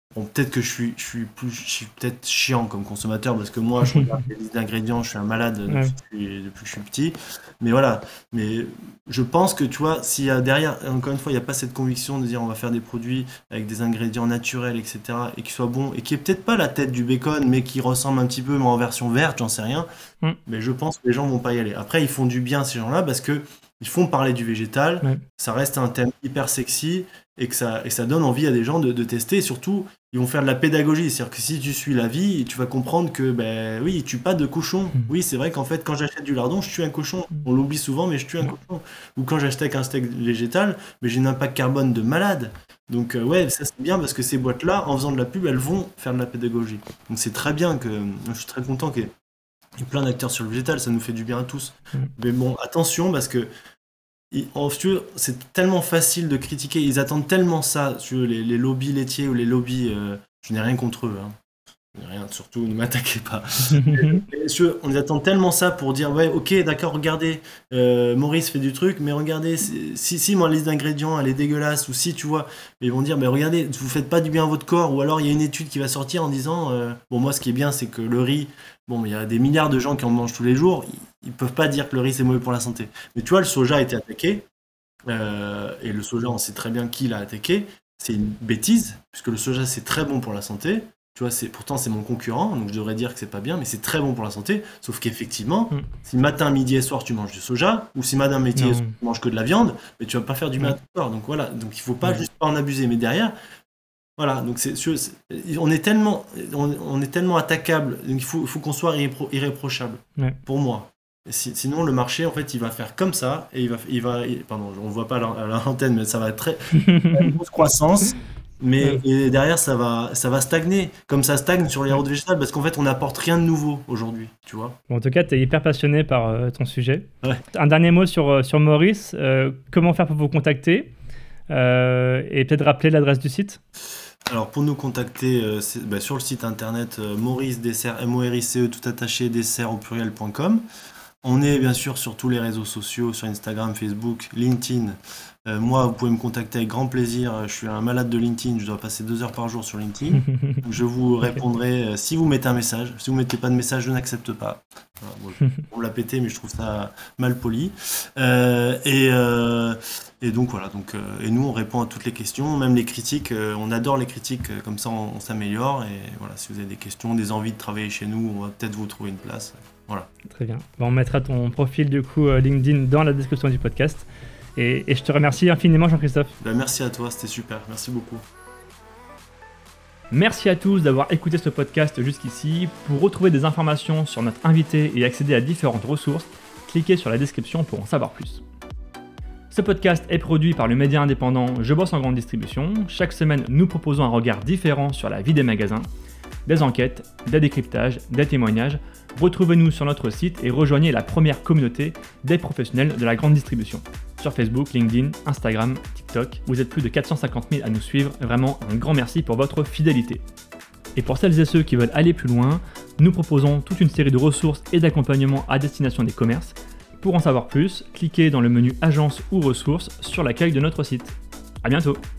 [SPEAKER 2] Bon, peut-être que je suis, je suis plus, je suis peut-être chiant comme consommateur parce que moi, je regarde les listes d'ingrédients, je suis un malade depuis,
[SPEAKER 1] Ouais.
[SPEAKER 2] que je suis- depuis que je suis petit. Mais voilà. Mais je pense que tu vois, s'il y a derrière, encore une fois, il n'y a pas cette conviction de dire on va faire des produits avec des ingrédients naturels, et cetera, et qui soient bons, et qui est peut-être pas la tête du bacon, mais qui ressemble un petit peu, mais en version verte, j'en sais rien.
[SPEAKER 1] Mm.
[SPEAKER 2] Mais je pense que les gens vont pas y aller. Après, ils font du bien ces gens-là parce que ils font parler du végétal.
[SPEAKER 1] Ouais.
[SPEAKER 2] Ça reste un thème hyper sexy et que ça, et ça donne envie à des gens de, de tester. Et surtout, ils vont faire de la pédagogie. C'est-à-dire que si tu suis la vie, tu vas comprendre que, ben oui, ils tuent pas de cochon.
[SPEAKER 1] Mm.
[SPEAKER 2] Oui, c'est vrai qu'en fait, quand j'achète du lardon, je tue un cochon.
[SPEAKER 1] Mm.
[SPEAKER 2] On l'oublie souvent, mais je tue un
[SPEAKER 1] Mm.
[SPEAKER 2] cochon. Ou quand j'achète un steak végétal, mais j'ai un impact carbone de malade. Donc, euh, ouais, ça c'est bien parce que ces boîtes-là, en faisant de la pub, elles vont faire de la pédagogie. Donc, c'est très bien que. Je suis très content qu'il y ait il y a plein d'acteurs sur le végétal, ça nous fait du bien à tous.
[SPEAKER 1] Mm.
[SPEAKER 2] Mais bon, attention, parce que ils- en- si tu veux, c'est tellement facile de critiquer, ils attendent tellement ça, si tu veux, les, les lobbies laitiers ou les lobbies, euh, je n'ai rien contre eux, hein. Je n'ai rien, surtout ne m'attaquez pas. Mais, si tu veux, on les attend tellement ça pour dire, ouais, ok, d'accord, regardez, euh, Maurice fait du truc, mais regardez, c'est- si, si ma liste d'ingrédients, elle est dégueulasse, ou si, tu vois, ils vont dire, mais regardez, vous faites pas du bien à votre corps, ou alors il y a une étude qui va sortir en disant, euh, bon, moi, ce qui est bien, c'est que le riz, bon, mais il y a des milliards de gens qui en mangent tous les jours, ils, ils peuvent pas dire que le riz, c'est mauvais pour la santé. Mais tu vois, le soja a été attaqué, euh, et le soja, on sait très bien qui l'a attaqué, c'est une bêtise, puisque le soja, c'est très bon pour la santé. Tu vois, c'est, pourtant, c'est mon concurrent, donc je devrais dire que c'est pas bien, mais c'est très bon pour la santé. Sauf qu'effectivement,
[SPEAKER 1] Mm.
[SPEAKER 2] si matin, midi et soir, tu manges du soja, ou si matin, midi et
[SPEAKER 1] Non.
[SPEAKER 2] soir, tu manges que de la viande, mais tu vas pas faire du mal à
[SPEAKER 1] Mm.
[SPEAKER 2] ton corps. Donc voilà, donc il faut pas
[SPEAKER 1] Mm.
[SPEAKER 2] juste pas en abuser. Mais derrière, voilà, donc c'est, c'est- on est tellement, on, on est tellement attaquable, donc il faut, il faut qu'on soit irrépro- irréprochable,
[SPEAKER 1] Ouais.
[SPEAKER 2] pour moi. Si- sinon, le marché, en fait, il va faire comme ça, et il va, il va, il- pardon, on voit pas à la- à l'antenne, mais ça va être très, une grosse croissance. Mais
[SPEAKER 1] Ouais.
[SPEAKER 2] et derrière, ça va, ça va stagner, comme ça stagne sur les routes végétales, parce qu'en fait, on n'apporte rien de nouveau aujourd'hui, tu vois.
[SPEAKER 1] Bon, en tout cas, tu es hyper passionné par euh, ton sujet.
[SPEAKER 2] Ouais.
[SPEAKER 1] Un dernier mot sur, euh, sur Maurice. Euh, comment faire pour vous contacter Euh, et peut-être rappeler l'adresse du site.
[SPEAKER 2] Alors, pour nous contacter, euh, c'est, bah, sur le site internet euh, Maurice Dessert, M O R I C E, tout attaché, dessert au pluriel point com. On est bien sûr sur tous les réseaux sociaux, sur Instagram, Facebook, LinkedIn. Euh, moi, vous pouvez me contacter avec grand plaisir. Je suis un malade de LinkedIn, je dois passer deux heures par jour sur LinkedIn. Donc, je vous répondrai euh, si vous mettez un message. Si vous mettez pas de message, je n'accepte pas. Voilà, bon, je- on l'a pété, mais je trouve ça mal poli. Euh, et, euh, et donc voilà. Donc, euh, et nous, on répond à toutes les questions, même les critiques. Euh, on adore les critiques, euh, comme ça, on, on s'améliore. Et voilà, si vous avez des questions, des envies de travailler chez nous, on va peut-être vous trouver une place. Voilà.
[SPEAKER 1] Très bien. Bon, on mettra ton profil du coup euh, LinkedIn dans la description du podcast. Et, et je te remercie infiniment, Jean-Christophe.
[SPEAKER 2] Ben, merci à toi, c'était super. Merci beaucoup.
[SPEAKER 1] Merci à tous d'avoir écouté ce podcast jusqu'ici. Pour retrouver des informations sur notre invité et accéder à différentes ressources, cliquez sur la description pour en savoir plus. Ce podcast est produit par le média indépendant Je bosse en grande distribution. Chaque semaine, nous proposons un regard différent sur la vie des magasins, des enquêtes, des décryptages, des témoignages. Retrouvez-nous sur notre site et rejoignez la première communauté des professionnels de la grande distribution. Sur Facebook, LinkedIn, Instagram, TikTok, vous êtes plus de quatre cent cinquante mille à nous suivre. Vraiment un grand merci pour votre fidélité. Et pour celles et ceux qui veulent aller plus loin, nous proposons toute une série de ressources et d'accompagnements à destination des commerces. Pour en savoir plus, cliquez dans le menu Agence ou ressources sur l'accueil de notre site. À bientôt!